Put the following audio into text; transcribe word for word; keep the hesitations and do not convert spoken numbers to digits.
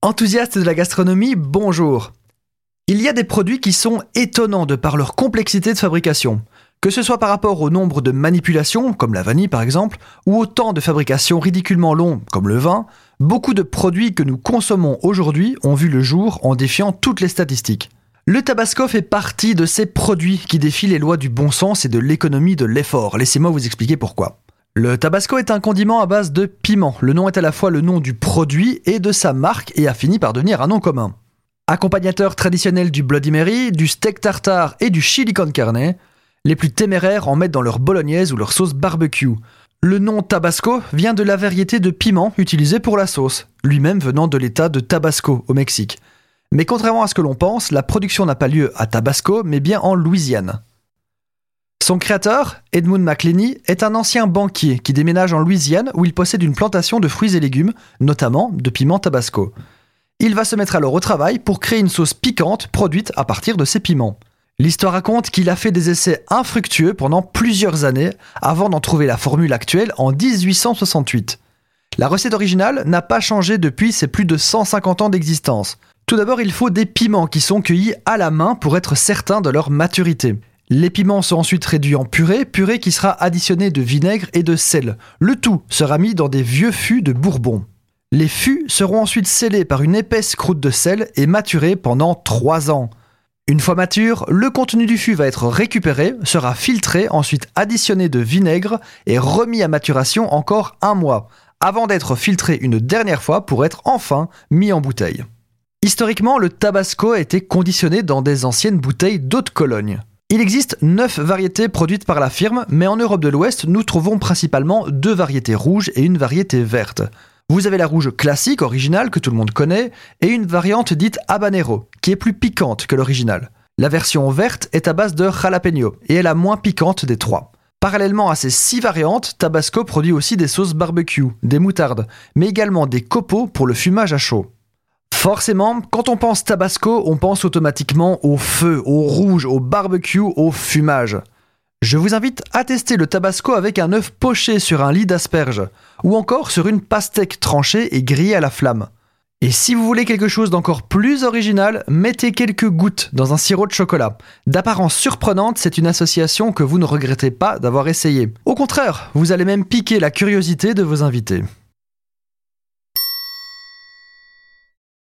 Enthousiastes de la gastronomie, bonjour. Il y a des produits qui sont étonnants de par leur complexité de fabrication. Que ce soit par rapport au nombre de manipulations, comme la vanille par exemple, ou au temps de fabrication ridiculement long, comme le vin, beaucoup de produits que nous consommons aujourd'hui ont vu le jour en défiant toutes les statistiques. Le tabasco fait partie de ces produits qui défient les lois du bon sens et de l'économie de l'effort. Laissez-moi vous expliquer pourquoi. Le tabasco est un condiment à base de piment. Le nom est à la fois le nom du produit et de sa marque et a fini par devenir un nom commun. Accompagnateur traditionnel du Bloody Mary, du steak tartare et du chili con carne, les plus téméraires en mettent dans leur bolognaise ou leur sauce barbecue. Le nom Tabasco vient de la variété de piment utilisée pour la sauce, lui-même venant de l'état de Tabasco au Mexique. Mais contrairement à ce que l'on pense, la production n'a pas lieu à Tabasco, mais bien en Louisiane. Son créateur, Edmund McLenny, est un ancien banquier qui déménage en Louisiane où il possède une plantation de fruits et légumes, notamment de piment tabasco. Il va se mettre alors au travail pour créer une sauce piquante produite à partir de ces piments. L'histoire raconte qu'il a fait des essais infructueux pendant plusieurs années avant d'en trouver la formule actuelle en dix-huit cent soixante-huit. La recette originale n'a pas changé depuis ses plus de cent cinquante ans d'existence. Tout d'abord, il faut des piments qui sont cueillis à la main pour être certain de leur maturité. Les piments sont ensuite réduits en purée, purée qui sera additionnée de vinaigre et de sel. Le tout sera mis dans des vieux fûts de Bourbon. Les fûts seront ensuite scellés par une épaisse croûte de sel et maturés pendant trois ans. Une fois mature, le contenu du fût va être récupéré, sera filtré, ensuite additionné de vinaigre et remis à maturation encore un mois, avant d'être filtré une dernière fois pour être enfin mis en bouteille. Historiquement, le tabasco a été conditionné dans des anciennes bouteilles d'eau de Cologne. Il existe neuf variétés produites par la firme, mais en Europe de l'Ouest, nous trouvons principalement deux variétés rouges et une variété verte. Vous avez la rouge classique, originale, que tout le monde connaît, et une variante dite habanero, qui est plus piquante que l'original. La version verte est à base de jalapeno, et est la moins piquante des trois. Parallèlement à ces six variantes, Tabasco produit aussi des sauces barbecue, des moutardes, mais également des copeaux pour le fumage à chaud. Forcément, quand on pense Tabasco, on pense automatiquement au feu, au rouge, au barbecue, au fumage. Je vous invite à tester le Tabasco avec un œuf poché sur un lit d'asperges, ou encore sur une pastèque tranchée et grillée à la flamme. Et si vous voulez quelque chose d'encore plus original, mettez quelques gouttes dans un sirop de chocolat. D'apparence surprenante, c'est une association que vous ne regrettez pas d'avoir essayé. Au contraire, vous allez même piquer la curiosité de vos invités.